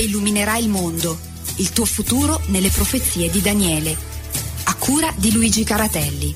illuminerà il mondo, il tuo futuro nelle profezie di Daniele, a cura di Luigi Caratelli.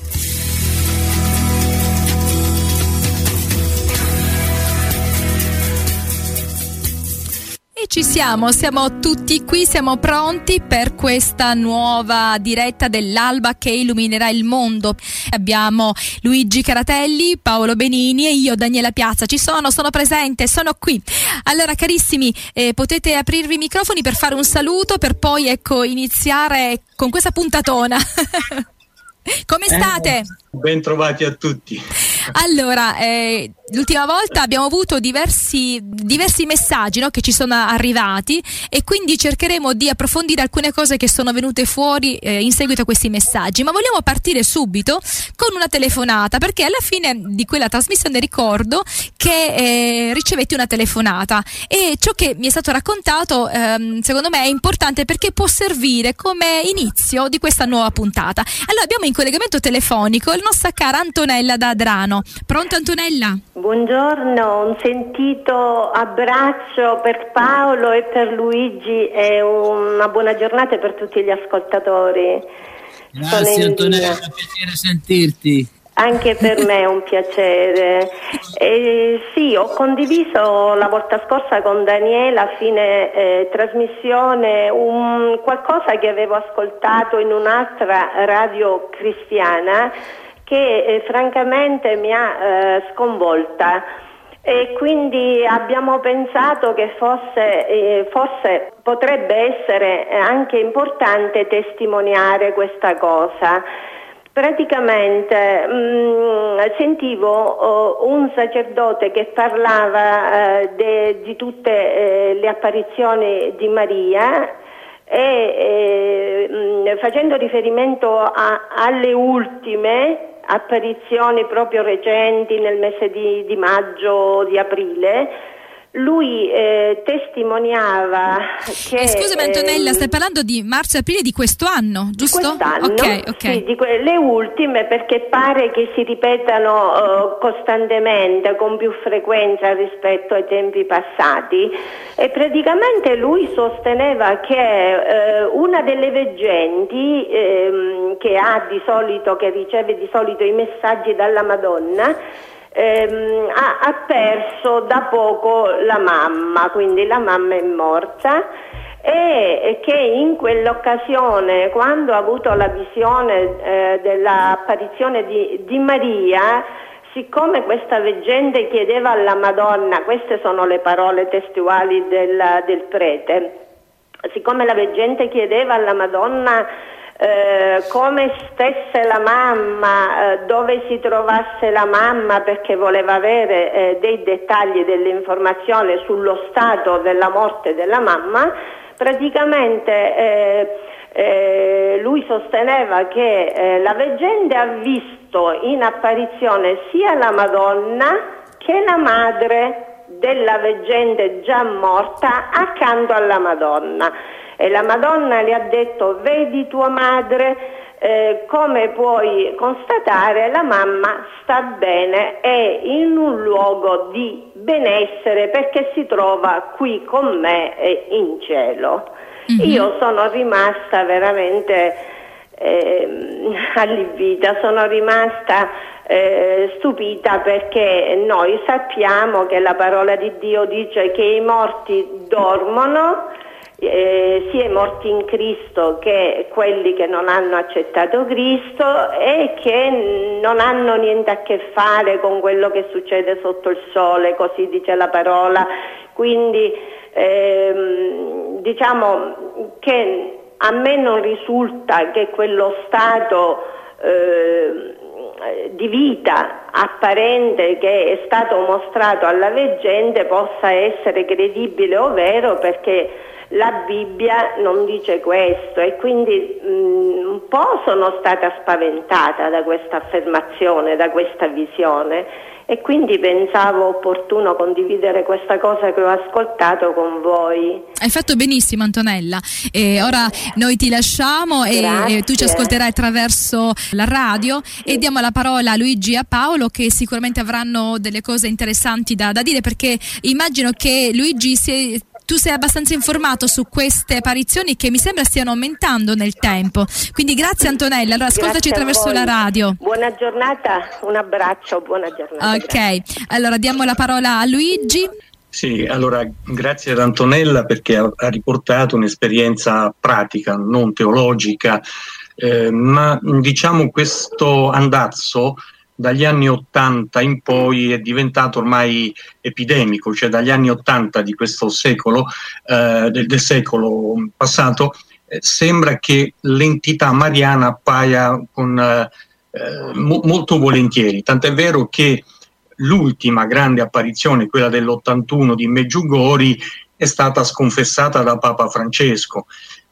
E ci siamo tutti qui, siamo pronti per questa nuova diretta dell'alba che illuminerà il mondo. Abbiamo Luigi Caratelli, Paolo Benini e io, Daniela Piazza. Sono presente, sono qui. Allora, carissimi, potete aprirvi i microfoni per fare un saluto, per poi iniziare con questa puntatona. Come state? Ben trovati a tutti. Allora, l'ultima volta abbiamo avuto diversi messaggi, no, che ci sono arrivati, e quindi cercheremo di approfondire alcune cose che sono venute fuori in seguito a questi messaggi. Ma vogliamo partire subito con una telefonata, perché alla fine di quella trasmissione ricordo che ricevetti una telefonata, e ciò che mi è stato raccontato secondo me è importante, perché può servire come inizio di questa nuova puntata. Allora, abbiamo in collegamento telefonico la nostra cara Antonella da Adrano. Pronto, Antonella? Buongiorno, un sentito abbraccio per Paolo e per Luigi e una buona giornata per tutti gli ascoltatori. Grazie Antonella, è un piacere sentirti. Anche per me è un piacere. Sì, ho condiviso la volta scorsa con Daniela a fine trasmissione qualcosa che avevo ascoltato in un'altra radio cristiana, che francamente mi ha sconvolta, e quindi abbiamo pensato che forse potrebbe essere anche importante testimoniare questa cosa. Praticamente sentivo un sacerdote che parlava di tutte le apparizioni di Maria, e facendo riferimento alle ultime apparizioni proprio recenti nel mese di maggio, di aprile, lui testimoniava che... Scusami Antonella, stai parlando di marzo e aprile di questo anno, giusto? Di quest'anno, ok. Sì, le ultime, perché pare che si ripetano costantemente, con più frequenza rispetto ai tempi passati, e praticamente lui sosteneva che una delle veggenti che riceve di solito i messaggi dalla Madonna, ha perso da poco la mamma, quindi la mamma è morta, e che in quell'occasione, quando ha avuto la visione dell'apparizione di Maria, siccome questa veggente chiedeva alla Madonna, queste sono le parole testuali del prete, siccome la veggente chiedeva alla Madonna come stesse la mamma, dove si trovasse la mamma, perché voleva avere dei dettagli, delle informazioni sullo stato della morte della mamma, praticamente lui sosteneva che la veggente ha visto in apparizione sia la Madonna che la madre della veggente già morta accanto alla Madonna. E la Madonna le ha detto: vedi tua madre, come puoi constatare la mamma sta bene, è in un luogo di benessere perché si trova qui con me in cielo. Mm-hmm. Io sono rimasta veramente allibita, sono rimasta stupita, perché noi sappiamo che la parola di Dio dice che i morti dormono, sia i morti in Cristo che quelli che non hanno accettato Cristo, e che non hanno niente a che fare con quello che succede sotto il sole, così dice la parola. Quindi diciamo che a me non risulta che quello stato di vita apparente che è stato mostrato alla veggente possa essere credibile o vero, perché la Bibbia non dice questo, e quindi un po' sono stata spaventata da questa affermazione, da questa visione, e quindi pensavo opportuno condividere questa cosa che ho ascoltato con voi. Hai fatto benissimo Antonella, ora noi ti lasciamo e tu ci ascolterai attraverso la radio, e diamo la parola a Luigi e a Paolo, che sicuramente avranno delle cose interessanti da dire, perché immagino che Luigi tu sei abbastanza informato su queste apparizioni che mi sembra stiano aumentando nel tempo. Quindi grazie Antonella, allora ascoltaci attraverso la radio. Buona giornata, un abbraccio, buona giornata. Ok, grazie. allora diamo la parola a Luigi. Sì, allora grazie ad Antonella perché ha riportato un'esperienza pratica, non teologica, ma diciamo questo andazzo dagli anni 80 in poi è diventato ormai epidemico, cioè dagli anni 80 di questo secolo, del secolo passato, sembra che l'entità mariana appaia con, molto volentieri, tant'è vero che l'ultima grande apparizione, quella dell'81 di Medjugorje, è stata sconfessata da Papa Francesco,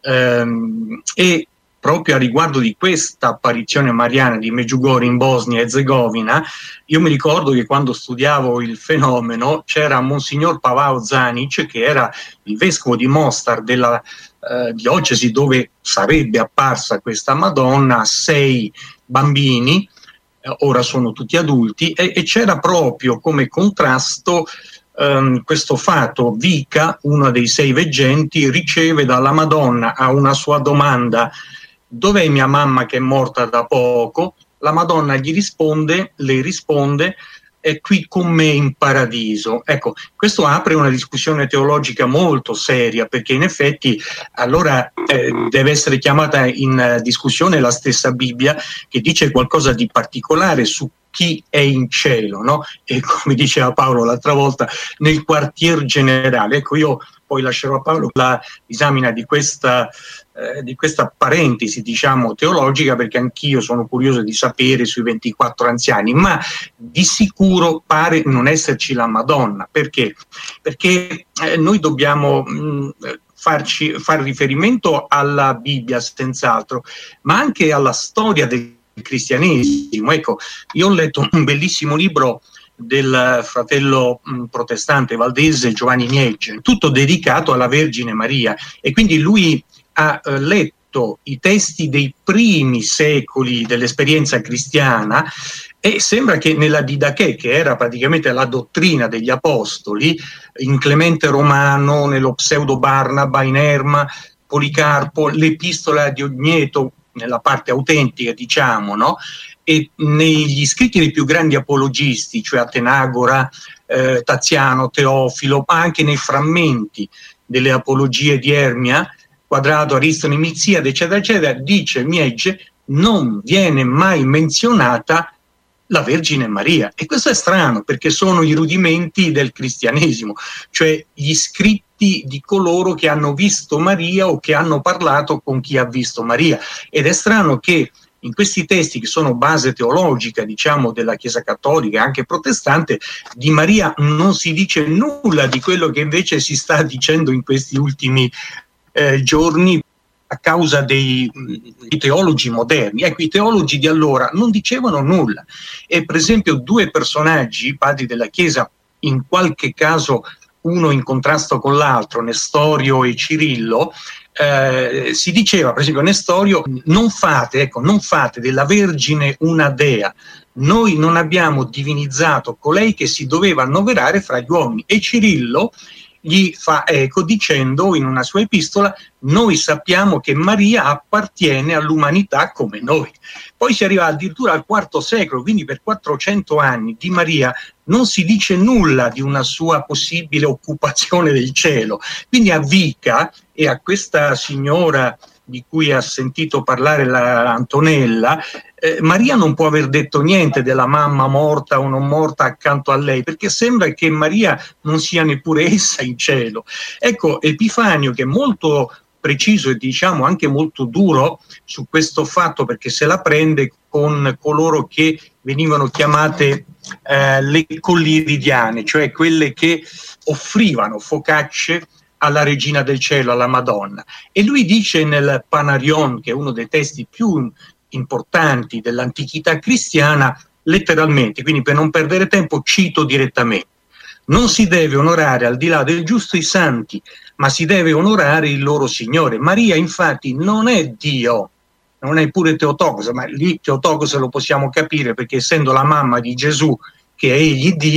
e proprio a riguardo di questa apparizione mariana di Medjugorje in Bosnia e Erzegovina, io mi ricordo che quando studiavo il fenomeno c'era Monsignor Pavao Zanic, che era il vescovo di Mostar della diocesi dove sarebbe apparsa questa Madonna, 6 bambini, ora sono tutti adulti, e c'era proprio come contrasto questo fatto. Vica, uno dei 6 veggenti, riceve dalla Madonna a una sua domanda: dov'è mia mamma che è morta da poco? La Madonna le risponde: è qui con me in paradiso. Ecco, questo apre una discussione teologica molto seria, perché in effetti allora deve essere chiamata in discussione la stessa Bibbia, che dice qualcosa di particolare su chi è in cielo, no? E come diceva Paolo l'altra volta, nel quartier generale. Ecco, io poi lascerò a Paolo la disamina di questa parentesi, diciamo, teologica, perché anch'io sono curioso di sapere sui 24 anziani, ma di sicuro pare non esserci la Madonna. Perché? Perché noi dobbiamo far riferimento alla Bibbia senz'altro, ma anche alla storia del cristianesimo. Ecco, io ho letto un bellissimo libro del fratello protestante valdese Giovanni Niegge, tutto dedicato alla Vergine Maria, e quindi lui ha letto i testi dei primi secoli dell'esperienza cristiana, e sembra che nella Didache, che era praticamente la dottrina degli apostoli, in Clemente Romano, nello Pseudo Barnaba, in Erma, Policarpo, l'Epistola di Ogneto, nella parte autentica, diciamo, no? E negli scritti dei più grandi apologisti, cioè Atenagora, Taziano, Teofilo, ma anche nei frammenti delle apologie di Ermia, Quadrato, Aristone, Miziade, eccetera, eccetera, dice Niegge, non viene mai menzionata la Vergine Maria. E questo è strano, perché sono i rudimenti del cristianesimo, cioè gli scritti di coloro che hanno visto Maria o che hanno parlato con chi ha visto Maria. Ed è strano che in questi testi, che sono base teologica, diciamo, della Chiesa cattolica e anche protestante, di Maria non si dice nulla di quello che invece si sta dicendo in questi ultimi giorni a causa dei teologi moderni. Ecco, i teologi di allora non dicevano nulla. E per esempio 2 personaggi, padri della Chiesa, in qualche caso uno in contrasto con l'altro, Nestorio e Cirillo, si diceva, per esempio Nestorio, non fate della Vergine una dea, noi non abbiamo divinizzato colei che si doveva annoverare fra gli uomini. E Cirillo gli fa eco dicendo in una sua epistola: noi sappiamo che Maria appartiene all'umanità come noi. Poi si arriva addirittura al IV secolo, quindi per 400 anni di Maria non si dice nulla di una sua possibile occupazione del cielo. Quindi a Vica e a questa signora di cui ha sentito parlare Antonella, Maria non può aver detto niente della mamma morta o non morta accanto a lei, perché sembra che Maria non sia neppure essa in cielo. Ecco, Epifanio, che è molto preciso e diciamo anche molto duro su questo fatto, perché se la prende con coloro che venivano chiamate le colliridiane, cioè quelle che offrivano focacce alla Regina del Cielo, alla Madonna. E lui dice nel Panarion, che è uno dei testi più importanti dell'antichità cristiana, letteralmente, quindi per non perdere tempo cito direttamente: non si deve onorare al di là del giusto i santi, ma si deve onorare il loro Signore. Maria infatti non è Dio, non è pure Teotocos, ma lì Teotocos lo possiamo capire, perché essendo la mamma di Gesù, che è egli Dio,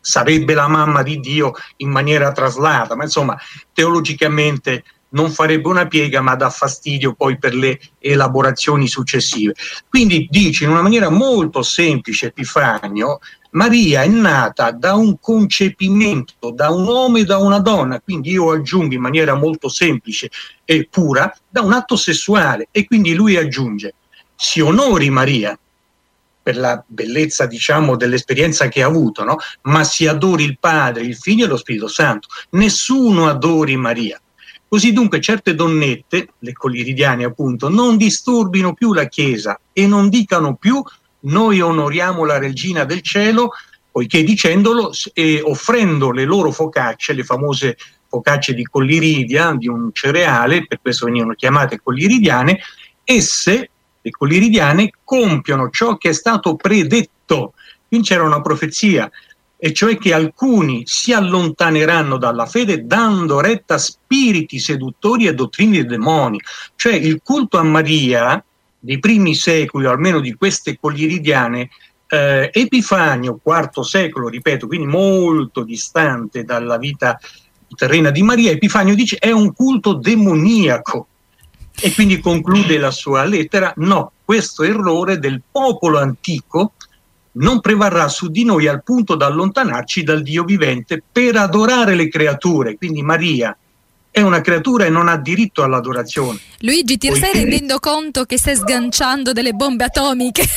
sarebbe la mamma di Dio in maniera traslata, ma insomma teologicamente non farebbe una piega, ma dà fastidio poi per le elaborazioni successive. Quindi dice in una maniera molto semplice Epifanio: Maria è nata da un concepimento, da un uomo e da una donna, quindi io aggiungo in maniera molto semplice e pura, da un atto sessuale, e quindi lui aggiunge: si onori Maria per la bellezza, diciamo, dell'esperienza che ha avuto, no? Ma si adori il Padre, il Figlio e lo Spirito Santo. Nessuno adori Maria. Così dunque certe donnette, le colliridiane appunto, non disturbino più la Chiesa e non dicano più noi onoriamo la Regina del Cielo, poiché dicendolo e offrendo le loro focacce, le famose focacce di colliridia, di un cereale, per questo venivano chiamate colliridiane, esse, le colliridiane, compiono ciò che è stato predetto. Quindi c'era una profezia, e cioè che alcuni si allontaneranno dalla fede dando retta a spiriti seduttori e dottrine dei demoni. Cioè il culto a Maria dei primi secoli, o almeno di queste colliridiane, Epifanio, IV secolo, ripeto, quindi molto distante dalla vita terrena di Maria, Epifanio dice è un culto demoniaco, e quindi conclude la sua lettera: no, questo errore del popolo antico non prevarrà su di noi al punto da allontanarci dal Dio vivente per adorare le creature. Quindi Maria è una creatura e non ha diritto all'adorazione. Luigi, ti stai rendendo conto che stai sganciando delle bombe atomiche?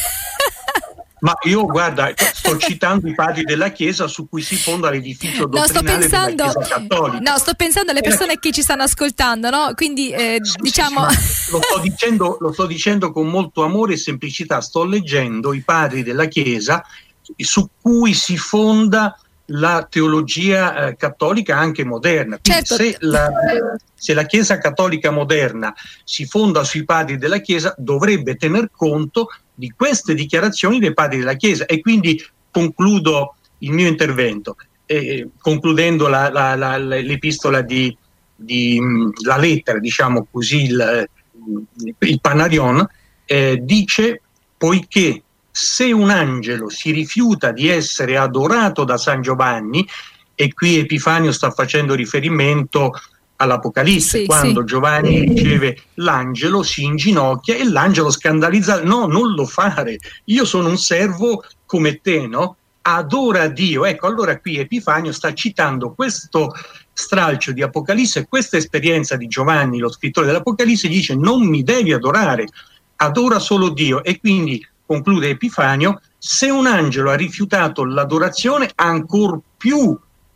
Ma io, guarda, sto citando i padri della Chiesa su cui si fonda l'edificio dottrinale della Chiesa cattolica. No, sto pensando alle persone che ci stanno ascoltando, no? Quindi diciamo... Sì, lo sto dicendo con molto amore e semplicità. Sto leggendo i padri della Chiesa su cui si fonda la teologia cattolica anche moderna. Certo. Se la Chiesa cattolica moderna si fonda sui padri della Chiesa, dovrebbe tener conto di queste dichiarazioni dei padri della Chiesa. E quindi concludo il mio intervento concludendo l'epistola la lettera, diciamo così, il Panarion, dice: poiché se un angelo si rifiuta di essere adorato da San Giovanni, e qui Epifanio sta facendo riferimento all'Apocalisse, quando Giovanni riceve l'angelo, si inginocchia e l'angelo scandalizza: no, non lo fare, io sono un servo come te, no? Adora Dio. Ecco, allora qui Epifanio sta citando questo stralcio di Apocalisse, questa esperienza di Giovanni, lo scrittore dell'Apocalisse, dice: non mi devi adorare, adora solo Dio. E quindi conclude Epifanio: se un angelo ha rifiutato l'adorazione, ancor più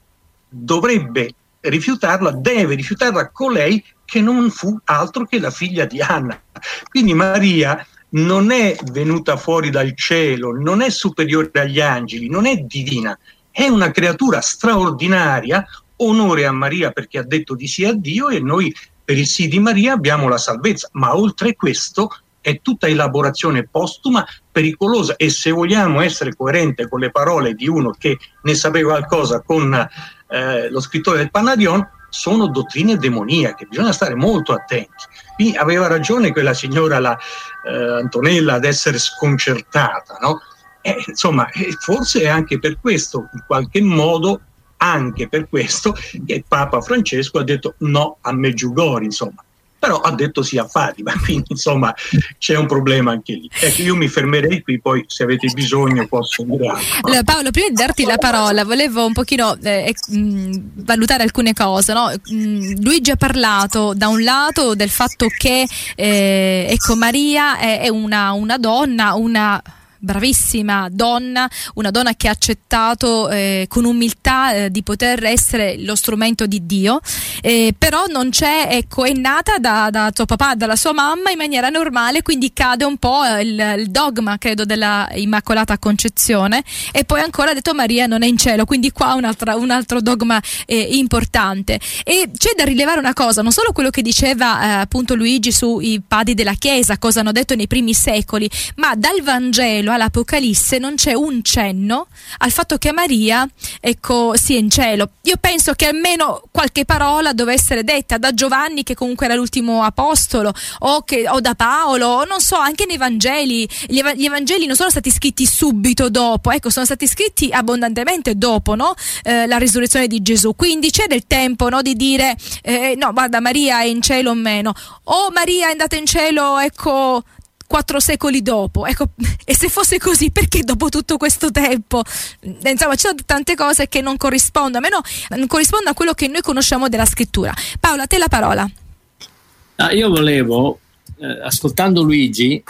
deve rifiutarla colei che non fu altro che la figlia di Anna. Quindi Maria non è venuta fuori dal cielo, non è superiore agli angeli, non è divina, è una creatura straordinaria. Onore a Maria perché ha detto di sì a Dio, e noi per il sì di Maria abbiamo la salvezza. Ma oltre questo è tutta elaborazione postuma, pericolosa, e se vogliamo essere coerenti con le parole di uno che ne sapeva qualcosa, con lo scrittore del Panarion, sono dottrine demoniache, bisogna stare molto attenti. Qui aveva ragione quella signora, Antonella, ad essere sconcertata, no? Insomma, forse è anche per questo, in qualche modo, anche per questo, che Papa Francesco ha detto no a Medjugorje, insomma. Però ha detto sì a Fatima, quindi insomma c'è un problema anche lì. Ecco, io mi fermerei qui, poi se avete bisogno posso dire altro. Allora, Paolo, prima di darti la parola volevo un pochino valutare alcune cose, no? Luigi ha parlato da un lato del fatto che ecco, Maria è una donna, una bravissima donna, una donna che ha accettato con umiltà di poter essere lo strumento di Dio, però non c'è, ecco, è nata da suo papà, dalla sua mamma in maniera normale, quindi cade un po' il dogma, credo, della Immacolata Concezione, e poi ancora ha detto Maria non è in cielo, quindi qua un altro dogma importante. E c'è da rilevare una cosa, non solo quello che diceva appunto Luigi sui padri della Chiesa, cosa hanno detto nei primi secoli, ma dal Vangelo Vangelo, all'Apocalisse, non c'è un cenno al fatto che Maria, ecco, sia in cielo. Io penso che almeno qualche parola doveva essere detta da Giovanni, che comunque era l'ultimo apostolo, o da Paolo, o non so, anche nei Vangeli. Gli Evangeli non sono stati scritti subito dopo, ecco, sono stati scritti abbondantemente dopo, no? La risurrezione di Gesù. Quindi c'è del tempo, no, di dire no, guarda, Maria è in cielo o meno, o Maria è andata in cielo, ecco, 4 secoli dopo, ecco. E se fosse così, perché dopo tutto questo tempo? Insomma, ci sono tante cose che non corrispondono, almeno non corrispondono a quello che noi conosciamo della scrittura. Paola, a te la parola. Io volevo, ascoltando Luigi,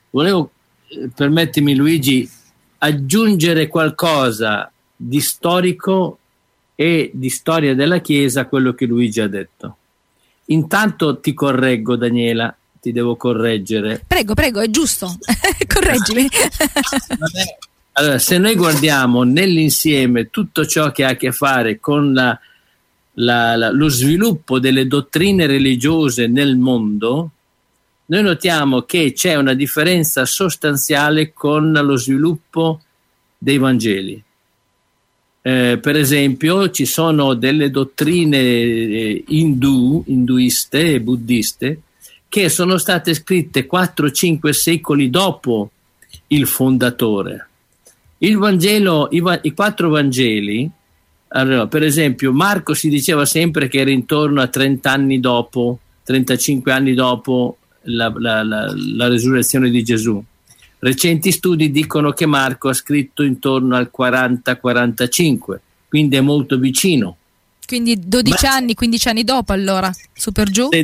permettimi Luigi, aggiungere qualcosa di storico e di storia della Chiesa a quello che Luigi ha detto. Intanto ti correggo, Daniela, ti devo correggere. Prego, è giusto. Correggimi. Allora, se noi guardiamo nell'insieme tutto ciò che ha a che fare con lo sviluppo delle dottrine religiose nel mondo, noi notiamo che c'è una differenza sostanziale con lo sviluppo dei Vangeli. Per esempio, ci sono delle dottrine induiste e buddiste che sono state scritte 4-5 secoli dopo il fondatore. Il Vangelo, i 4 Vangeli, allora, per esempio, Marco si diceva sempre che era intorno a 30 anni dopo, 35 anni dopo la risurrezione di Gesù. Recenti studi dicono che Marco ha scritto intorno al 40-45, quindi è molto vicino. Quindi 12 anni, 15 anni dopo, allora, su per giù?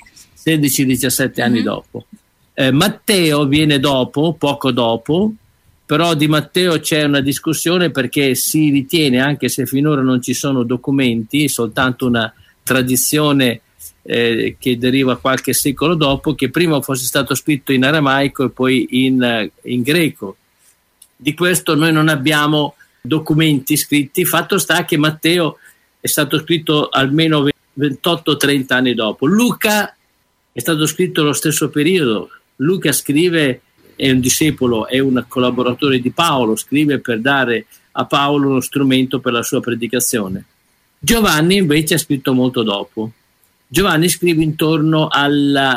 16-17 anni dopo. Matteo viene dopo, poco dopo, però di Matteo c'è una discussione perché si ritiene, anche se finora non ci sono documenti, soltanto una tradizione che deriva qualche secolo dopo, che prima fosse stato scritto in aramaico e poi in greco. Di questo noi non abbiamo documenti scritti. Fatto sta che Matteo è stato scritto almeno 28-30 anni dopo. Luca è stato scritto lo stesso periodo. Luca scrive, è un discepolo, è un collaboratore di Paolo, scrive per dare a Paolo uno strumento per la sua predicazione. Giovanni invece ha scritto molto dopo. Giovanni scrive intorno al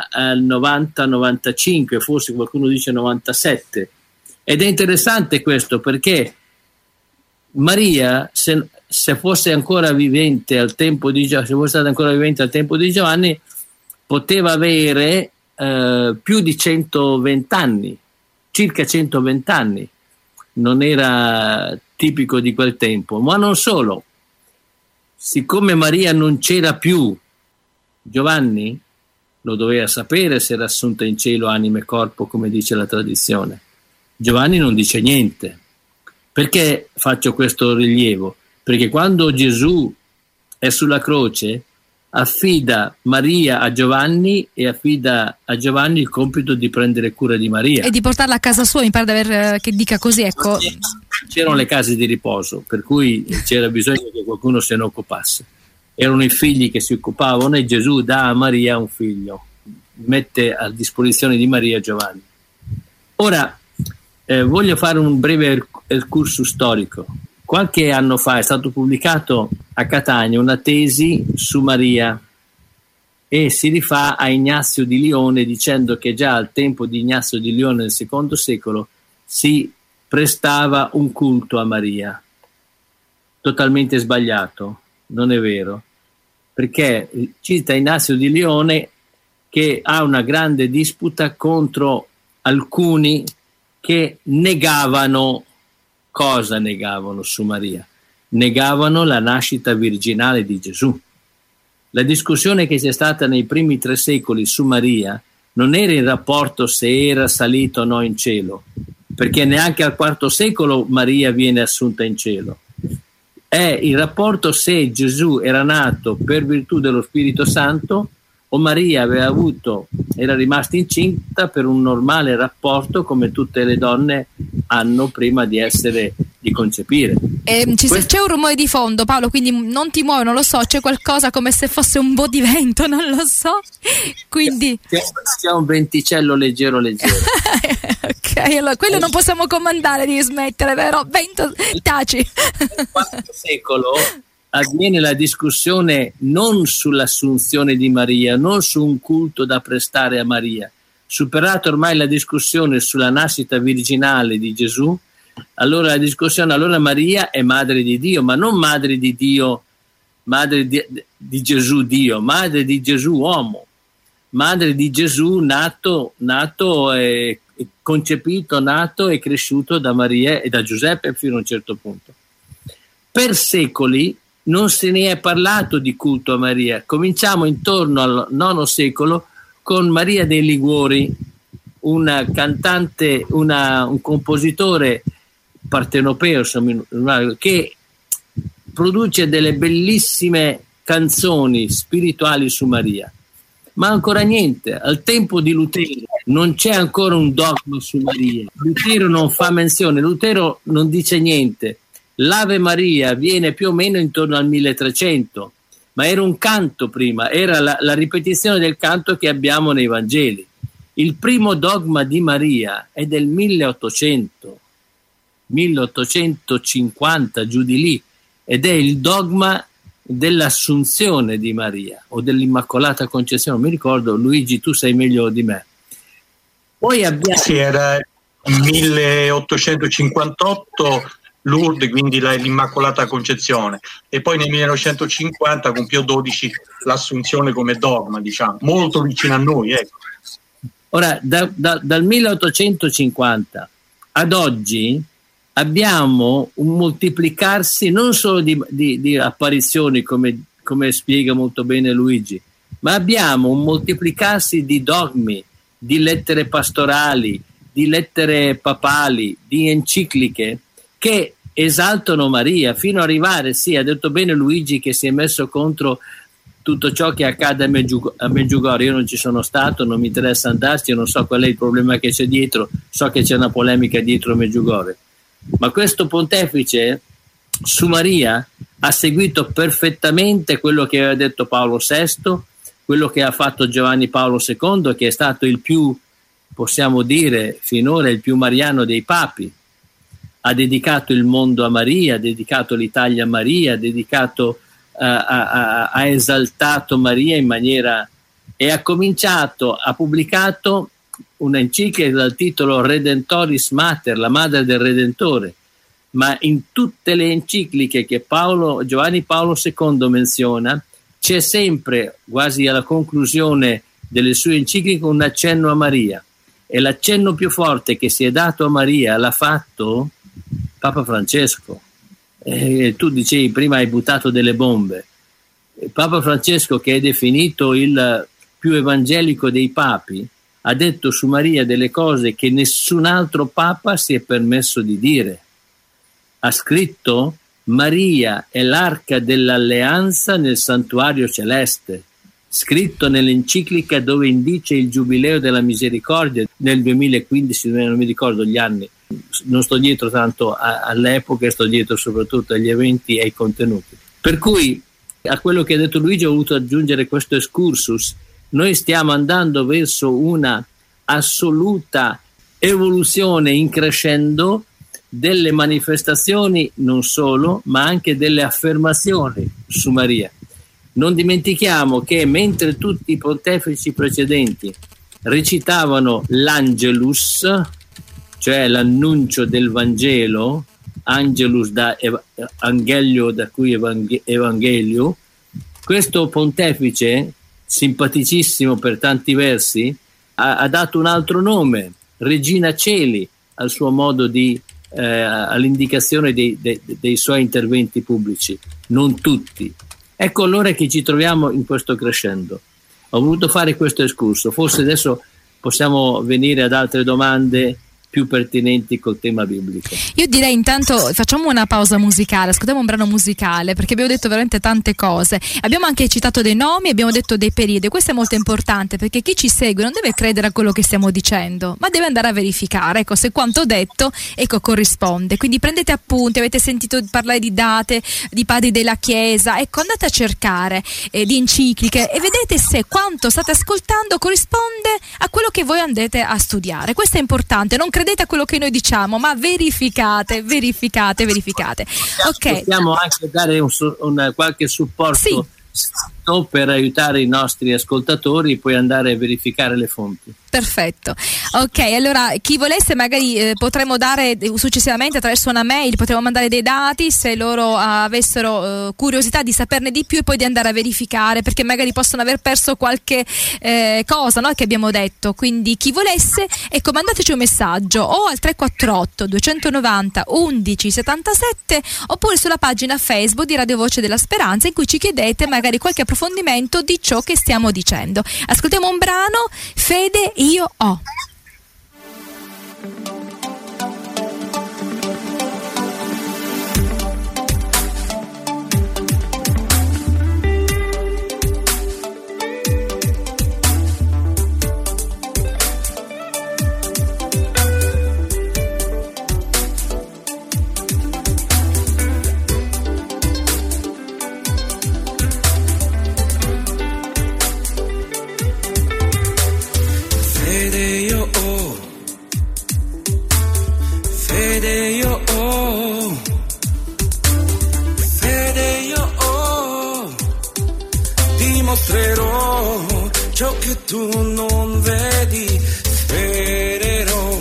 90-95, forse qualcuno dice 97, ed è interessante questo perché Maria, se fosse ancora vivente al tempo di Giovanni, se fosse stata ancora vivente al tempo di Giovanni, poteva avere più di 120 anni, circa 120 anni. Non era tipico di quel tempo, ma non solo. Siccome Maria non c'era più, Giovanni lo doveva sapere se era assunta in cielo anima e corpo, come dice la tradizione. Giovanni non dice niente. Perché faccio questo rilievo? Perché quando Gesù è sulla croce, affida Maria a Giovanni e affida a Giovanni il compito di prendere cura di Maria. E di portarla a casa sua, mi pare di aver che dica così, ecco. C'erano le case di riposo, per cui c'era bisogno che qualcuno se ne occupasse. Erano i figli che si occupavano e Gesù dà a Maria un figlio, mette a disposizione di Maria Giovanni. Ora voglio fare un breve excursus storico. Qualche anno fa è stato pubblicato a Catania una tesi su Maria e si rifà a Ignazio di Lione, dicendo che già al tempo di Ignazio di Lione nel secondo secolo si prestava un culto a Maria. Totalmente sbagliato. Non è vero, perché cita Ignazio di Lione che ha una grande disputa contro alcuni che negavano. Cosa negavano su Maria? Negavano la nascita virginale di Gesù. La discussione che c'è stata nei primi 3 secoli su Maria non era in rapporto se era salito o no in cielo, perché neanche al IV secolo Maria viene assunta in cielo. È il rapporto se Gesù era nato per virtù dello Spirito Santo o Maria era rimasta incinta per un normale rapporto come tutte le donne hanno prima di essere di concepire. C'è un rumore di fondo, Paolo, quindi non ti muovi, non lo so, c'è qualcosa come se fosse un po' di vento, non lo so, quindi c'è un venticello leggero. Ok, allora quello non possiamo comandare di smettere, vero? Vento, taci. Nel IV secolo avviene la discussione non sull'assunzione di Maria, non su un culto da prestare a Maria. Superata ormai la discussione sulla nascita virginale di Gesù, allora Maria è madre di Dio, ma non madre di Dio, madre di Gesù Dio, madre di Gesù uomo, madre di Gesù nato e concepito, nato e cresciuto da Maria e da Giuseppe fino a un certo punto. Per secoli non se ne è parlato di culto a Maria. Cominciamo intorno al IX secolo con Maria dei Liguori, una cantante, un compositore partenopeo che produce delle bellissime canzoni spirituali su Maria. Ma ancora niente, al tempo di Lutero non c'è ancora un dogma su Maria. Lutero non fa menzione, Lutero non dice niente. L'Ave Maria viene più o meno intorno al 1300, ma era un canto prima, era la ripetizione del canto che abbiamo nei Vangeli. Il primo dogma di Maria è del 1850, giù di lì, ed è il dogma dell'assunzione di Maria o dell'Immacolata Concezione. Mi ricordo, Luigi, tu sai meglio di me. Poi abbiamo... Sì, era il 1858 Lourdes, quindi l'Immacolata Concezione, e poi nel 1950 con Pio XII l'Assunzione come dogma, diciamo, molto vicino a noi, ecco. Ora, dal 1850 ad oggi abbiamo un moltiplicarsi non solo di apparizioni, come spiega molto bene Luigi, ma abbiamo un moltiplicarsi di dogmi, di lettere pastorali, di lettere papali, di encicliche che esaltano Maria, fino ad arrivare, sì, ha detto bene Luigi che si è messo contro tutto ciò che accade a Medjugorje. Io non ci sono stato, non mi interessa andarci, io non so qual è il problema che c'è dietro, so che c'è una polemica dietro Medjugorje, ma questo pontefice su Maria ha seguito perfettamente quello che aveva detto Paolo VI, quello che ha fatto Giovanni Paolo II, che è stato il più, possiamo dire finora, il più mariano dei papi. Ha dedicato il mondo a Maria, ha dedicato l'Italia a Maria, ha esaltato Maria in maniera, e ha pubblicato un'enciclica dal titolo Redentoris Mater, la madre del Redentore, ma in tutte le encicliche che Giovanni Paolo II menziona c'è sempre, quasi alla conclusione delle sue encicliche, un accenno a Maria, e l'accenno più forte che si è dato a Maria l'ha fatto Papa Francesco. Tu dicevi prima, hai buttato delle bombe. Papa Francesco, che è definito il più evangelico dei papi, ha detto su Maria delle cose che nessun altro papa si è permesso di dire. Ha scritto: Maria è l'arca dell'alleanza nel santuario celeste, scritto nell'enciclica dove indice il giubileo della misericordia nel 2015, non mi ricordo gli anni, non sto dietro tanto all'epoca, sto dietro soprattutto agli eventi e ai contenuti. Per cui a quello che ha detto Luigi ho voluto aggiungere questo excursus. Noi stiamo andando verso una assoluta evoluzione in crescendo delle manifestazioni, non solo, ma anche delle affermazioni su Maria. Non dimentichiamo che mentre tutti i pontefici precedenti recitavano l'Angelus, cioè l'annuncio del Vangelo, Angelus da Angelio, da cui Evangelio, questo pontefice, simpaticissimo per tanti versi, ha dato un altro nome, Regina Celi, al suo modo all'indicazione dei suoi interventi pubblici, non tutti. Ecco allora che ci troviamo in questo crescendo. Ho voluto fare questo escurso, forse adesso possiamo venire ad altre domande più pertinenti col tema biblico. Io direi intanto facciamo una pausa musicale, ascoltiamo un brano musicale, perché abbiamo detto veramente tante cose, abbiamo anche citato dei nomi, abbiamo detto dei periodi. Questo è molto importante, perché chi ci segue non deve credere a quello che stiamo dicendo, ma deve andare a verificare, ecco, se quanto detto corrisponde. Quindi prendete appunti, avete sentito parlare di date, di padri della Chiesa, ecco, andate a cercare di encicliche e vedete se quanto state ascoltando corrisponde a quello che voi andate a studiare. Questo è importante, non credete a quello che noi diciamo, ma verificate. Ok. Possiamo anche dare qualche supporto per aiutare i nostri ascoltatori, poi andare a verificare le fonti. Perfetto, ok, allora chi volesse magari potremmo dare successivamente attraverso una mail, potremmo mandare dei dati se loro avessero curiosità di saperne di più e poi di andare a verificare, perché magari possono aver perso qualche cosa, no, che abbiamo detto. Quindi chi volesse, ecco, mandateci un messaggio o al 348 290 11 77 oppure sulla pagina Facebook di Radio Voce della Speranza, in cui ci chiedete magari qualche approfondimento di ciò che stiamo dicendo. Ascoltiamo un brano, Fede io ho. Dimostrerò ciò che tu non vedi, spererò,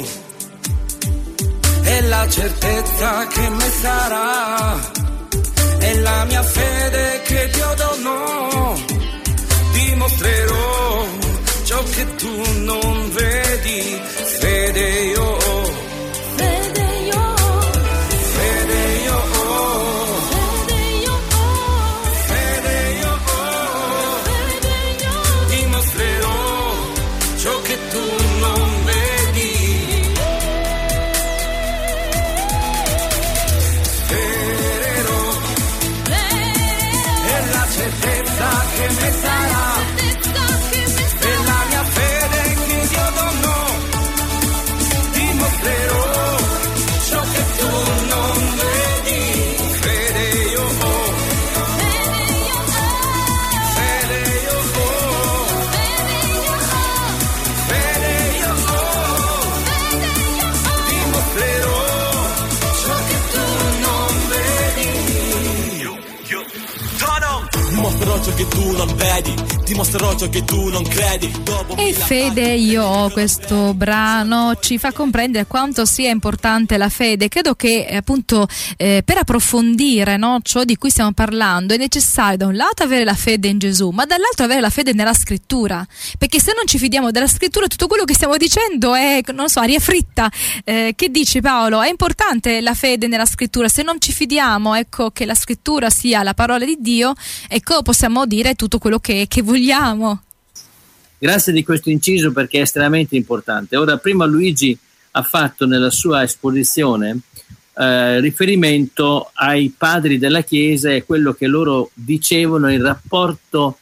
è la certezza che me sarà, è la mia fede che Dio donò. Dimostrerò ciò che tu non vedi, fede io ho. Ciò che tu non vedi, dimostrerò ciò che tu non credi. E Fede io ho, questo brano ci fa comprendere quanto sia importante la fede. Credo che appunto per approfondire, no, ciò di cui stiamo parlando è necessario da un lato avere la fede in Gesù, ma dall'altro avere la fede nella scrittura, perché se non ci fidiamo della scrittura tutto quello che stiamo dicendo è, non so, aria fritta. Che dici Paolo? È importante la fede nella scrittura. Se non ci fidiamo, ecco, che la scrittura sia la parola di Dio, ecco, possiamo dire tutto quello che vogliamo. Grazie di questo inciso, perché è estremamente importante. Ora, prima Luigi ha fatto nella sua esposizione riferimento ai padri della Chiesa e quello che loro dicevano in rapporto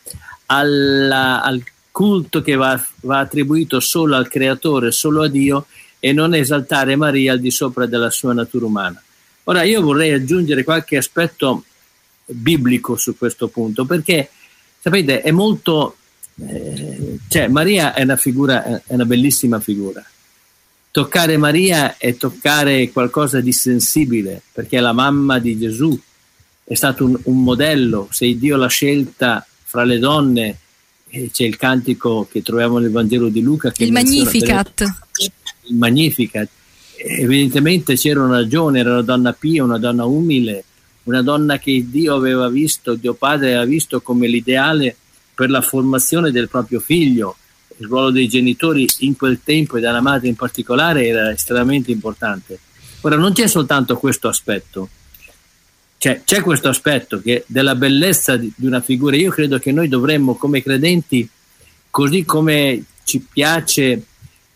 al culto che va attribuito solo al Creatore, solo a Dio, e non esaltare Maria al di sopra della sua natura umana. Ora, io vorrei aggiungere qualche aspetto biblico su questo punto, perché sapete è molto cioè Maria è una figura, è una bellissima figura. Toccare Maria è toccare qualcosa di sensibile, perché è la mamma di Gesù, è stato un modello. Se Dio l'ha scelta fra le donne, c'è il cantico che troviamo nel Vangelo di Luca, che il Magnificat. Il Magnificat. Evidentemente c'era una ragione, era una donna pia, una donna umile, una donna che Dio aveva visto, Dio Padre aveva visto come l'ideale per la formazione del proprio figlio. Il ruolo dei genitori in quel tempo e della madre in particolare era estremamente importante. Ora, non c'è soltanto questo aspetto, c'è questo aspetto che della bellezza di una figura. Io credo che noi dovremmo, come credenti, così come ci piace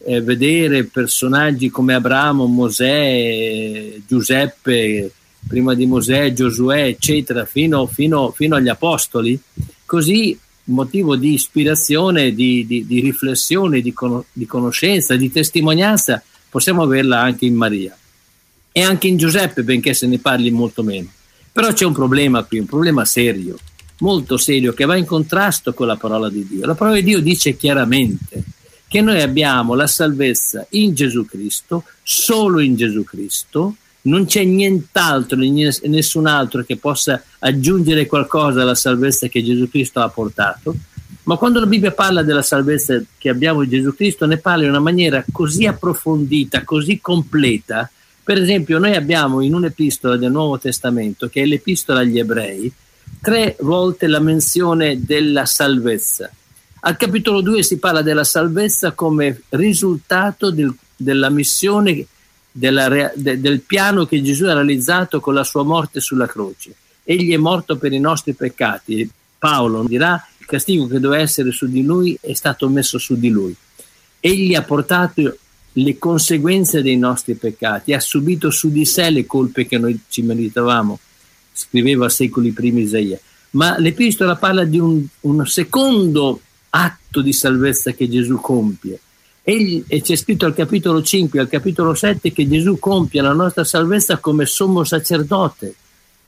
vedere personaggi come Abramo, Mosè, Giuseppe, prima di Mosè, Giosuè, eccetera, fino agli apostoli, così motivo di ispirazione, di riflessione, di conoscenza, di testimonianza, possiamo averla anche in Maria e anche in Giuseppe, benché se ne parli molto meno. Però c'è un problema qui, un problema serio, molto serio, che va in contrasto con la parola di Dio. La parola di Dio dice chiaramente che noi abbiamo la salvezza in Gesù Cristo, solo in Gesù Cristo, non c'è nient'altro, nessun altro che possa aggiungere qualcosa alla salvezza che Gesù Cristo ha portato. Ma quando la Bibbia parla della salvezza che abbiamo in Gesù Cristo, ne parla in una maniera così approfondita, così completa. Per esempio, noi abbiamo in un'epistola del Nuovo Testamento, che è l'epistola agli Ebrei, 3 volte la menzione della salvezza. Al capitolo 2 si parla della salvezza come risultato della missione, del piano che Gesù ha realizzato con la sua morte sulla croce. Egli è morto per i nostri peccati. Paolo dirà: il castigo che doveva essere su di lui è stato messo su di lui. Egli ha portato le conseguenze dei nostri peccati, ha subito su di sé le colpe che noi ci meritavamo, scriveva secoli prima Isaia. Ma l'epistola parla di un secondo atto di salvezza che Gesù compie. E c'è scritto al capitolo 5 e al capitolo 7 che Gesù compie la nostra salvezza come sommo sacerdote.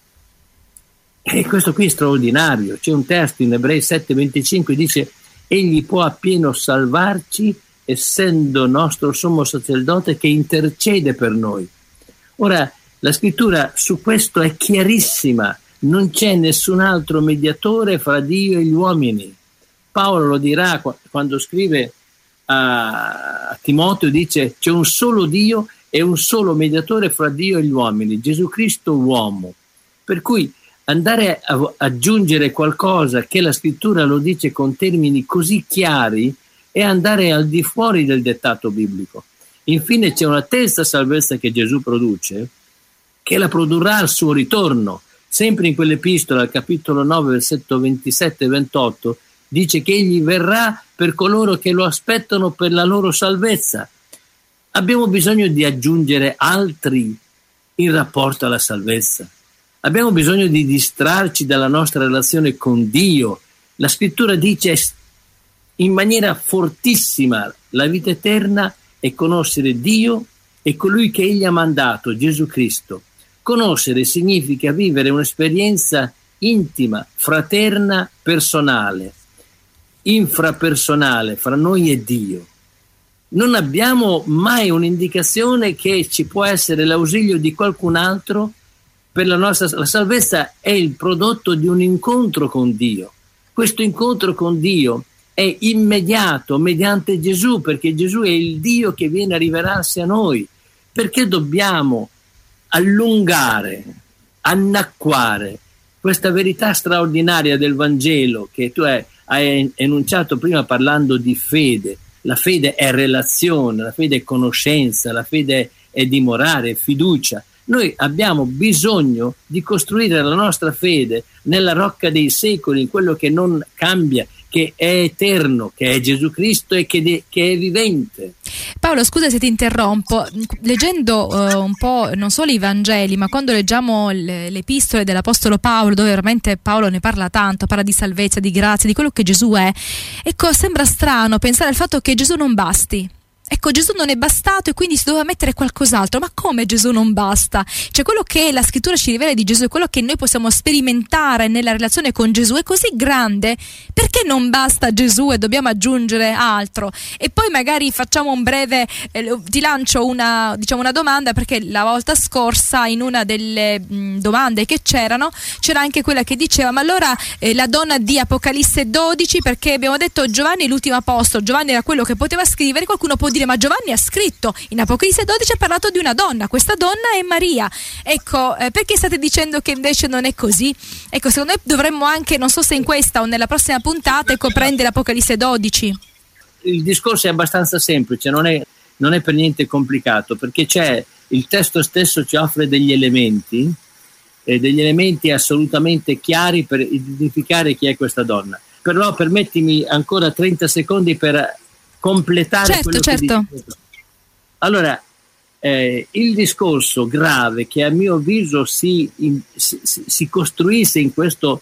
E questo qui è straordinario. C'è un testo in Ebrei 7,25, dice: egli può appieno salvarci essendo nostro sommo sacerdote che intercede per noi. Ora, la scrittura su questo è chiarissima: non c'è nessun altro mediatore fra Dio e gli uomini. Paolo lo dirà quando scrive a Timoteo, dice: c'è un solo Dio e un solo mediatore fra Dio e gli uomini, Gesù Cristo uomo. Per cui andare a aggiungere qualcosa che la scrittura lo dice con termini così chiari è andare al di fuori del dettato biblico. Infine c'è una terza salvezza che Gesù produce, che la produrrà al suo ritorno. Sempre in quell'epistola, al capitolo 9, versetto 27 e 28, dice che egli verrà per coloro che lo aspettano per la loro salvezza. Abbiamo bisogno di aggiungere altri in rapporto alla salvezza. Abbiamo bisogno di distrarci dalla nostra relazione con Dio. La scrittura dice in maniera fortissima: la vita eterna è conoscere Dio e colui che egli ha mandato, Gesù Cristo. Conoscere significa vivere un'esperienza intima, fraterna, personale, infrapersonale fra noi e Dio. Non abbiamo mai un'indicazione che ci può essere l'ausilio di qualcun altro per la salvezza. È il prodotto di un incontro con Dio. Questo incontro con Dio è immediato mediante Gesù, perché Gesù è il Dio che viene a rivelarsi a noi. Perché dobbiamo allungare, annacquare questa verità straordinaria del Vangelo che tu hai enunciato prima parlando di fede? La fede è relazione, la fede è conoscenza, la fede è dimorare, è fiducia. Noi abbiamo bisogno di costruire la nostra fede nella rocca dei secoli, in quello che non cambia, che è eterno, che è Gesù Cristo e che è vivente. Paolo, scusa se ti interrompo, leggendo un po' non solo i Vangeli, ma quando leggiamo le epistole dell'Apostolo Paolo, dove veramente Paolo ne parla tanto, parla di salvezza, di grazia, di quello che Gesù è, ecco, sembra strano pensare al fatto che Gesù non basti. Ecco, Gesù non è bastato e quindi si doveva mettere qualcos'altro. Ma come Gesù non basta? Cioè, quello che la scrittura ci rivela di Gesù e quello che noi possiamo sperimentare nella relazione con Gesù è così grande, perché non basta Gesù e dobbiamo aggiungere altro? E poi magari facciamo un breve, ti lancio una domanda, perché la volta scorsa in una delle domande che c'era anche quella che diceva: ma allora la donna di Apocalisse 12, perché abbiamo detto Giovanni è l'ultimo apostolo, Giovanni era quello che poteva scrivere. Qualcuno può dire: ma Giovanni ha scritto in Apocalisse 12, ha parlato di una donna, questa donna è Maria. Ecco, perché state dicendo che invece non è così? Ecco, secondo me dovremmo anche, non so se in questa o nella prossima puntata, prendere Apocalisse 12. Il discorso è abbastanza semplice, non è per niente complicato, perché c'è il testo stesso ci offre degli elementi assolutamente chiari per identificare chi è questa donna. Però permettimi ancora 30 secondi per completare quello che dice. Allora, il discorso grave che a mio avviso si costruisse in questo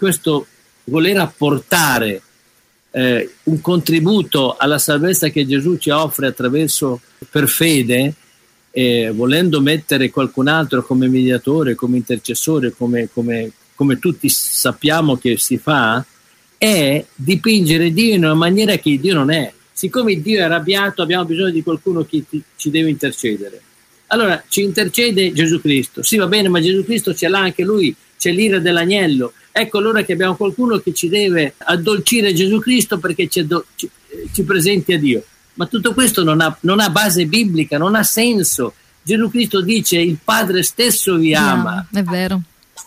voler apportare un contributo alla salvezza che Gesù ci offre attraverso per fede, volendo mettere qualcun altro come mediatore, come intercessore, come tutti sappiamo che si fa, è dipingere Dio in una maniera che Dio non è. Siccome Dio è arrabbiato, abbiamo bisogno di qualcuno che ci deve intercedere. Allora ci intercede Gesù Cristo. Sì, va bene, ma Gesù Cristo ce l'ha anche lui, c'è l'ira dell'agnello. Ecco allora che abbiamo qualcuno che ci deve addolcire Gesù Cristo perché ci presenti a Dio. Ma tutto questo non ha base biblica, non ha senso. Gesù Cristo dice: il Padre stesso vi ama. È vero.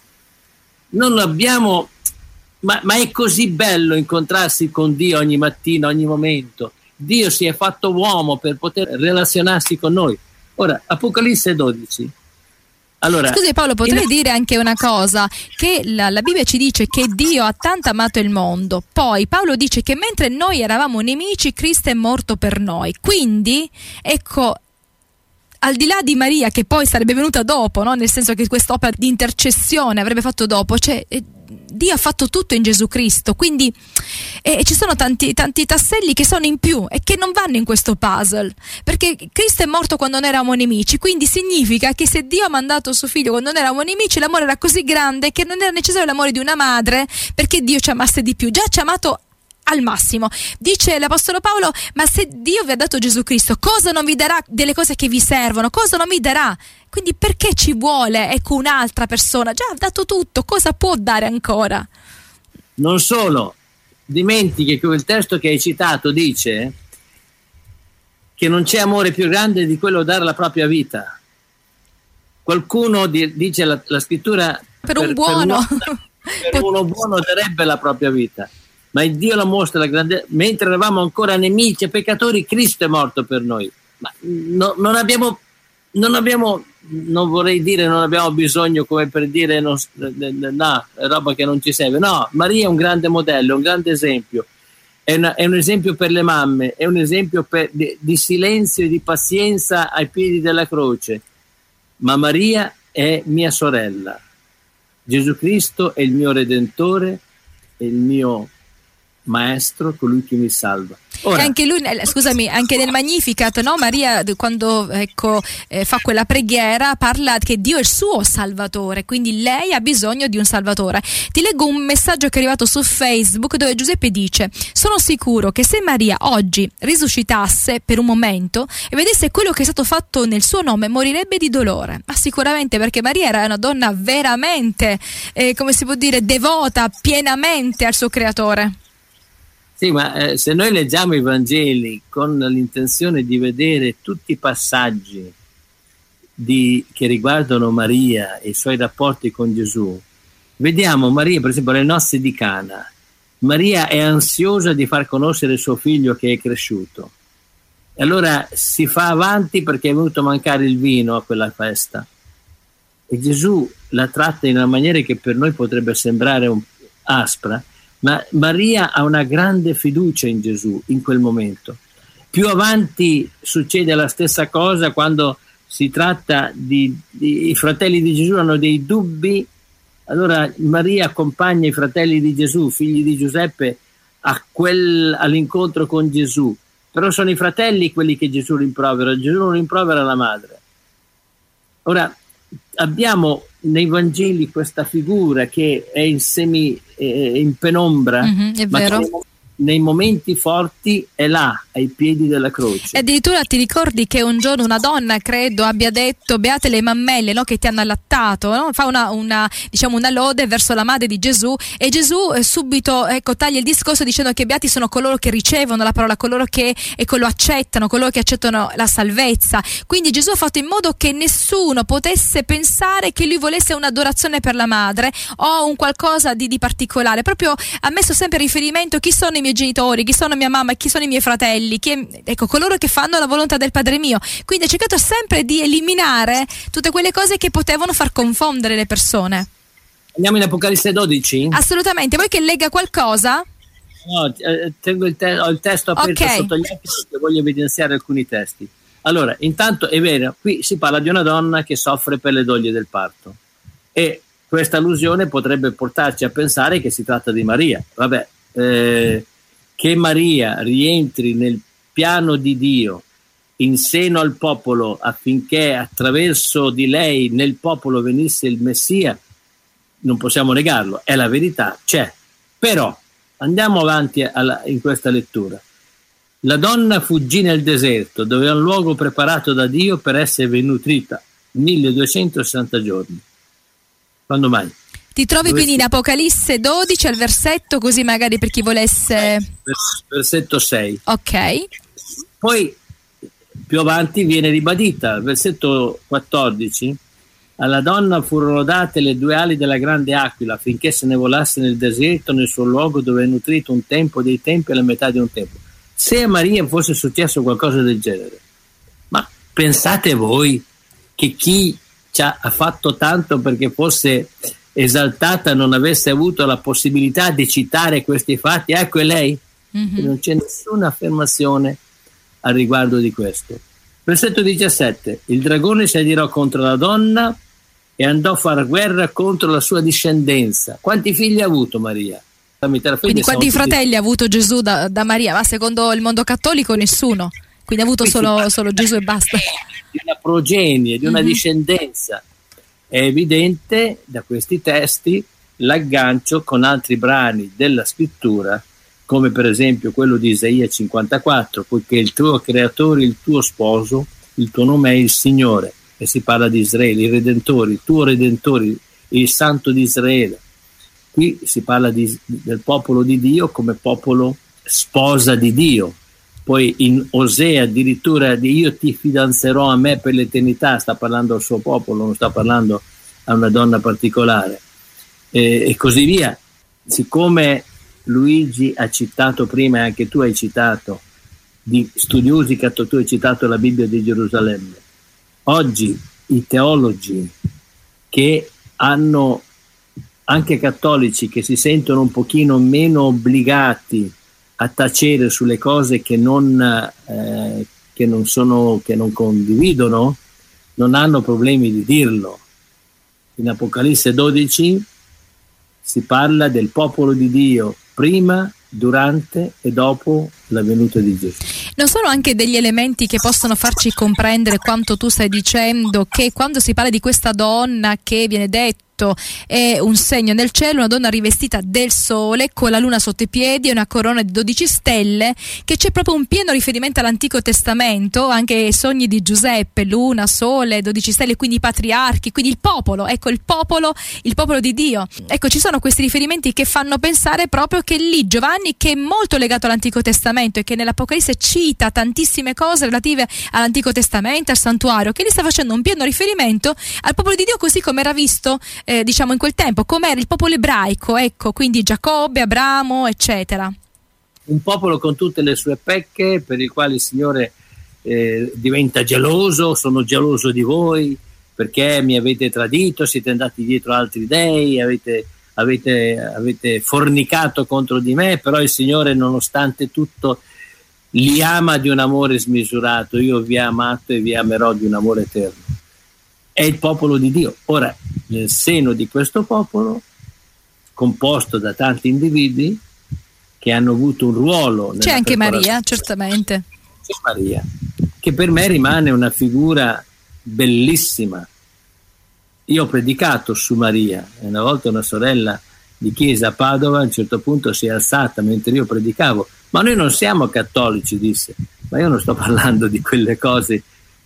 Non abbiamo, ma è così bello incontrarsi con Dio ogni mattina, ogni momento. Dio si è fatto uomo per poter relazionarsi con noi. Ora, Apocalisse 12. Allora, scusi Paolo, potrei dire anche una cosa, che la Bibbia ci dice che Dio ha tanto amato il mondo, poi Paolo dice che mentre noi eravamo nemici Cristo è morto per noi, quindi ecco, al di là di Maria che poi sarebbe venuta dopo, no? Nel senso che quest'opera di intercessione avrebbe fatto dopo, cioè Dio ha fatto tutto in Gesù Cristo, quindi ci sono tanti tasselli che sono in più e che non vanno in questo puzzle, perché Cristo è morto quando non eravamo nemici, quindi significa che se Dio ha mandato suo figlio quando non eravamo nemici, l'amore era così grande che non era necessario l'amore di una madre perché Dio ci amasse di più, già ci ha amato al massimo. Dice l'Apostolo Paolo: ma se Dio vi ha dato Gesù Cristo, cosa non vi darà delle cose che vi servono? Cosa non vi darà? Quindi perché ci vuole, ecco, un'altra persona? Già ha dato tutto, cosa può dare ancora? Non solo, dimentichi che quel testo che hai citato dice che non c'è amore più grande di quello dare la propria vita. Qualcuno dice la scrittura per un buono per uno buono darebbe la propria vita. Ma il Dio la mostra la grande, mentre eravamo ancora nemici e peccatori, Cristo è morto per noi. Ma non abbiamo, non vorrei dire non abbiamo bisogno, come per dire no, è roba che non ci serve. No, Maria è un grande modello, un grande esempio. È un esempio per le mamme, è un esempio di silenzio e di pazienza ai piedi della croce. Ma Maria è mia sorella. Gesù Cristo è il mio Redentore, è il mio Maestro, colui che mi salva. Ora, e anche lui, scusami, anche nel Magnificat, no? Maria quando fa quella preghiera parla che Dio è il suo Salvatore, quindi lei ha bisogno di un Salvatore. Ti leggo un messaggio che è arrivato su Facebook dove Giuseppe dice: sono sicuro che se Maria oggi risuscitasse per un momento e vedesse quello che è stato fatto nel suo nome, morirebbe di dolore. Ma sicuramente, perché Maria era una donna veramente, come si può dire, devota pienamente al suo Creatore. Sì, ma se noi leggiamo i Vangeli con l'intenzione di vedere tutti i passaggi che riguardano Maria e i suoi rapporti con Gesù, vediamo Maria, per esempio, alle nozze di Cana. Maria è ansiosa di far conoscere suo figlio che è cresciuto. E allora si fa avanti perché è venuto a mancare il vino a quella festa. E Gesù la tratta in una maniera che per noi potrebbe sembrare aspra, ma Maria ha una grande fiducia in Gesù in quel momento. Più avanti succede la stessa cosa quando si tratta i fratelli di Gesù hanno dei dubbi, allora Maria accompagna i fratelli di Gesù, figli di Giuseppe, all'incontro con Gesù, però sono i fratelli quelli che Gesù rimprovera, Gesù non rimprovera la madre. Ora abbiamo nei Vangeli questa figura che è in penombra, è ma vero. che nei momenti forti è là, ai piedi della croce. E addirittura ti ricordi che un giorno una donna, credo, abbia detto: beate le mammelle, no, che ti hanno allattato, no? Fa una lode verso la madre di Gesù, e Gesù subito taglia il discorso dicendo che beati sono coloro che ricevono la parola, coloro che lo accettano, coloro che accettano la salvezza. Quindi Gesù ha fatto in modo che nessuno potesse pensare che lui volesse un'adorazione per la madre o un qualcosa di particolare. Proprio ha messo sempre riferimento: chi sono i miei genitori, chi sono mia mamma, chi sono i miei fratelli, coloro che fanno la volontà del Padre mio. Quindi ha cercato sempre di eliminare tutte quelle cose che potevano far confondere le persone. Andiamo in Apocalisse 12? Assolutamente. Vuoi che legga qualcosa? No, tengo ho il testo aperto sotto gli occhi perché voglio evidenziare alcuni testi. Allora, intanto è vero, qui si parla di una donna che soffre per le doglie del parto e questa allusione potrebbe portarci a pensare che si tratta di Maria. Vabbè, che Maria rientri nel piano di Dio in seno al popolo affinché attraverso di lei nel popolo venisse il Messia, non possiamo negarlo, è la verità, c'è. Però andiamo avanti in questa lettura. La donna fuggì nel deserto, dove è un luogo preparato da Dio per essere ben nutrita, 1260 giorni. Quando mai? Ti trovi quindi in Apocalisse 12 al versetto, così magari per chi volesse... Versetto 6. Ok. Poi più avanti viene ribadita, versetto 14, alla donna furono date le 2 ali della grande aquila affinché se ne volasse nel deserto, nel suo luogo dove è nutrito un tempo dei tempi e la metà di un tempo. Se a Maria fosse successo qualcosa del genere, ma pensate voi che chi ci ha fatto tanto perché fosse esaltata non avesse avuto la possibilità di citare questi fatti? Ecco, è lei. Non c'è nessuna affermazione al riguardo di questo. Versetto 17: il dragone si adirò contro la donna e andò a far guerra contro la sua discendenza. Quanti figli ha avuto Maria? Quindi quanti fratelli ha avuto Gesù da Maria? Ma secondo il mondo cattolico nessuno, quindi ha avuto solo Gesù e basta. Di una progenie, di una discendenza. È evidente da questi testi l'aggancio con altri brani della scrittura, come per esempio quello di Isaia 54, poiché il tuo creatore, il tuo sposo, il tuo nome è il Signore, e si parla di Israele, il Redentore, il tuo Redentore, il Santo di Israele. Qui si parla del popolo di Dio come popolo sposa di Dio. Poi in Osea addirittura di io ti fidanzerò a me per l'eternità, sta parlando al suo popolo, non sta parlando a una donna particolare, e così via. Siccome Luigi ha citato prima e anche tu hai citato di studiosi tu hai citato la Bibbia di Gerusalemme, oggi i teologi che hanno, anche cattolici che si sentono un pochino meno obbligati a tacere sulle cose che non condividono, non hanno problemi di dirlo. In Apocalisse 12 si parla del popolo di Dio prima, durante e dopo la venuta di Gesù. Non sono anche degli elementi che possono farci comprendere quanto tu stai dicendo, che quando si parla di questa donna che viene detto è un segno nel cielo, una donna rivestita del sole con la luna sotto i piedi e una corona di 12 stelle, che c'è proprio un pieno riferimento all'Antico Testamento, anche i sogni di Giuseppe, luna, sole, 12 stelle, quindi i patriarchi, quindi il popolo, ecco il popolo di Dio. Ecco, ci sono questi riferimenti che fanno pensare proprio che lì Giovanni, che è molto legato all'Antico Testamento e che nell'Apocalisse cita tantissime cose relative all'Antico Testamento, al santuario, che lì sta facendo un pieno riferimento al popolo di Dio così come era visto diciamo in quel tempo, come era il popolo ebraico, ecco, quindi Giacobbe, Abramo, eccetera. Un popolo con tutte le sue pecche, per il quale il Signore diventa geloso, sono geloso di voi perché mi avete tradito, siete andati dietro altri dei, avete fornicato contro di me, però il Signore nonostante tutto li ama di un amore smisurato. Io vi ho amato e vi amerò di un amore eterno. È il popolo di Dio. Ora, nel seno di questo popolo, composto da tanti individui che hanno avuto un ruolo, c'è anche Maria, certamente. C'è Maria, che per me rimane una figura bellissima. Io ho predicato su Maria, e una volta una sorella di chiesa a Padova a un certo punto si è alzata mentre io predicavo: ma noi non siamo cattolici, disse. Ma io non sto parlando di quelle cose.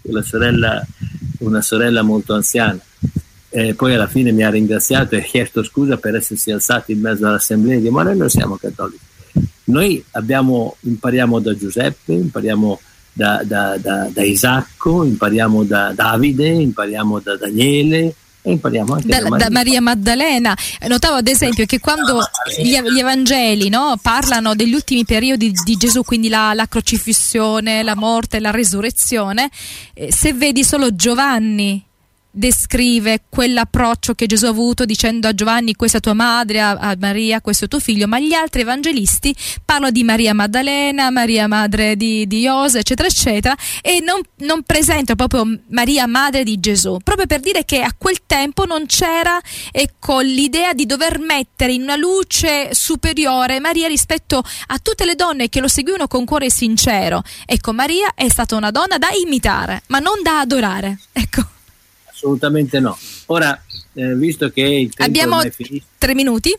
Una sorella molto anziana, poi alla fine mi ha ringraziato e chiesto scusa per essersi alzati in mezzo all'assemblea. Ma noi non siamo cattolici, noi impariamo da Giuseppe, impariamo da Isacco, impariamo da Davide, impariamo da Daniele e impariamo anche da Maria Maddalena. Notavo ad esempio che quando gli Evangeli, no, parlano degli ultimi periodi di Gesù, quindi la crocifissione, la morte, la resurrezione, se vedi solo Giovanni descrive quell'approccio che Gesù ha avuto dicendo a Giovanni questa è tua madre, a Maria questo è tuo figlio, ma gli altri evangelisti parlano di Maria Maddalena, Maria madre di Iose, eccetera eccetera, e non presentano proprio Maria madre di Gesù, proprio per dire che a quel tempo non c'era, ecco, l'idea di dover mettere in una luce superiore Maria rispetto a tutte le donne che lo seguivano con cuore sincero. Ecco, Maria è stata una donna da imitare, ma non da adorare, ecco. Assolutamente no. Ora, visto che il tempo abbiamo è finito, 3 minuti.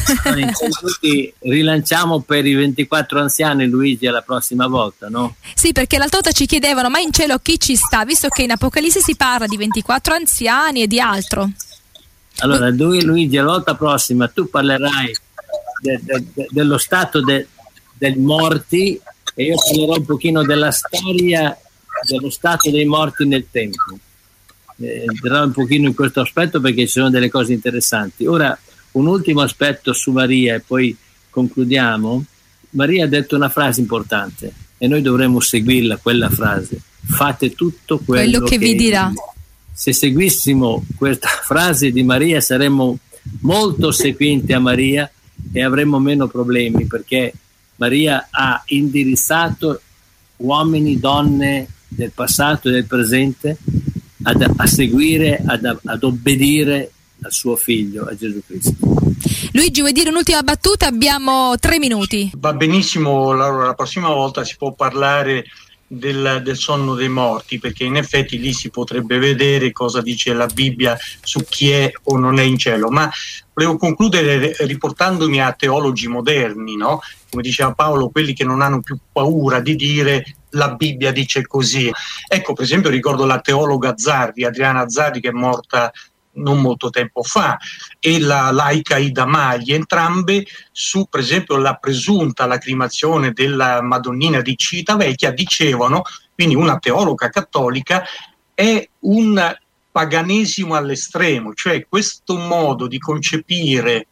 Rilanciamo per i 24 anziani, Luigi, alla prossima volta, no? Sì, perché l'altra volta ci chiedevano ma in cielo chi ci sta, visto che in Apocalisse si parla di 24 anziani e di altro. Allora, Luigi, la volta prossima tu parlerai dello stato dei morti e io parlerò un pochino della storia dello stato dei morti nel tempo. Entrerò un pochino in questo aspetto perché ci sono delle cose interessanti. Ora, un ultimo aspetto su Maria e poi concludiamo. Maria ha detto una frase importante e noi dovremmo seguirla, quella frase: fate tutto quello che vi dirà. Se seguissimo questa frase di Maria saremmo molto ossequienti a Maria e avremmo meno problemi, perché Maria ha indirizzato uomini, donne del passato e del presente a seguire, ad obbedire al suo figlio, a Gesù Cristo. Luigi, vuoi dire un'ultima battuta? Abbiamo 3 minuti. Va benissimo, la prossima volta si può parlare del sonno dei morti, perché in effetti lì si potrebbe vedere cosa dice la Bibbia su chi è o non è in cielo. Ma volevo concludere riportandomi a teologi moderni, no? Come diceva Paolo, quelli che non hanno più paura di dire la Bibbia dice così. Ecco, per esempio ricordo la teologa Zardi, Adriana Zardi, che è morta non molto tempo fa, e la laica Ida Magli, entrambe su, per esempio, la presunta lacrimazione della Madonnina di Civitavecchia, dicevano, quindi una teologa cattolica, è un paganesimo all'estremo, cioè questo modo di concepire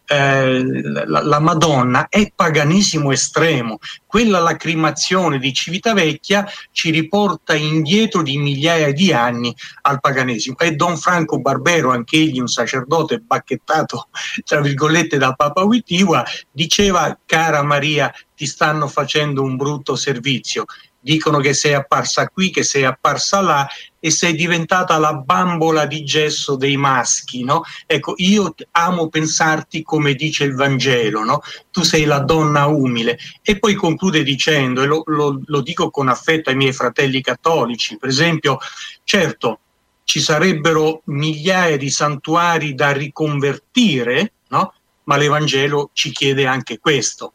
la Madonna è paganesimo estremo. Quella lacrimazione di Civitavecchia ci riporta indietro di migliaia di anni al paganesimo. E Don Franco Barbero, anch'egli un sacerdote bacchettato tra virgolette da Papa Wojtyła, diceva: cara Maria, ti stanno facendo un brutto servizio, dicono che sei apparsa qui, che sei apparsa là e sei diventata la bambola di gesso dei maschi, no? Ecco, io amo pensarti come dice il Vangelo, no? Tu sei la donna umile. E poi conclude dicendo, e lo dico con affetto ai miei fratelli cattolici, per esempio, certo, ci sarebbero migliaia di santuari da riconvertire, no? Ma l'Evangelo ci chiede anche questo.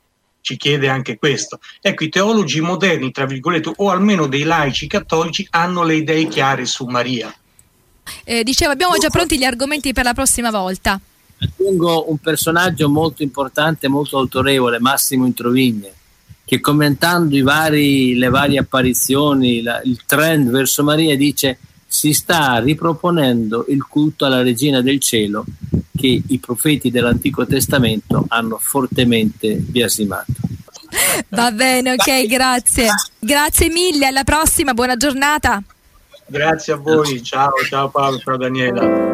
Ecco, i teologi moderni, tra virgolette, o almeno dei laici cattolici, hanno le idee chiare su Maria. Dicevo, abbiamo già pronti gli argomenti per la prossima volta. Aggiungo un personaggio molto importante, molto autorevole, Massimo Introvigne, che commentando le varie apparizioni, il trend verso Maria, dice: si sta riproponendo il culto alla Regina del Cielo che i profeti dell'Antico Testamento hanno fortemente biasimato. Va bene, ok, grazie mille, alla prossima, buona giornata. Grazie a voi, ciao Paolo, ciao Daniela.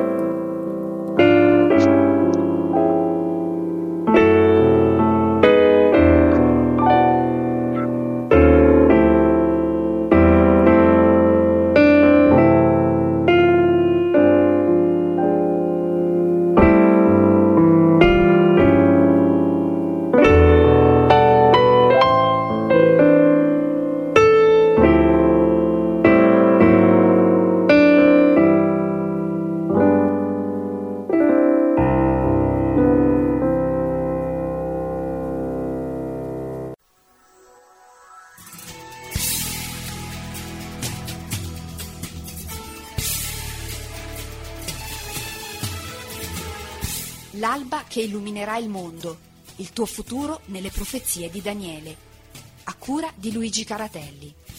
L'alba che illuminerà il mondo, il tuo futuro nelle profezie di Daniele. A cura di Luigi Caratelli.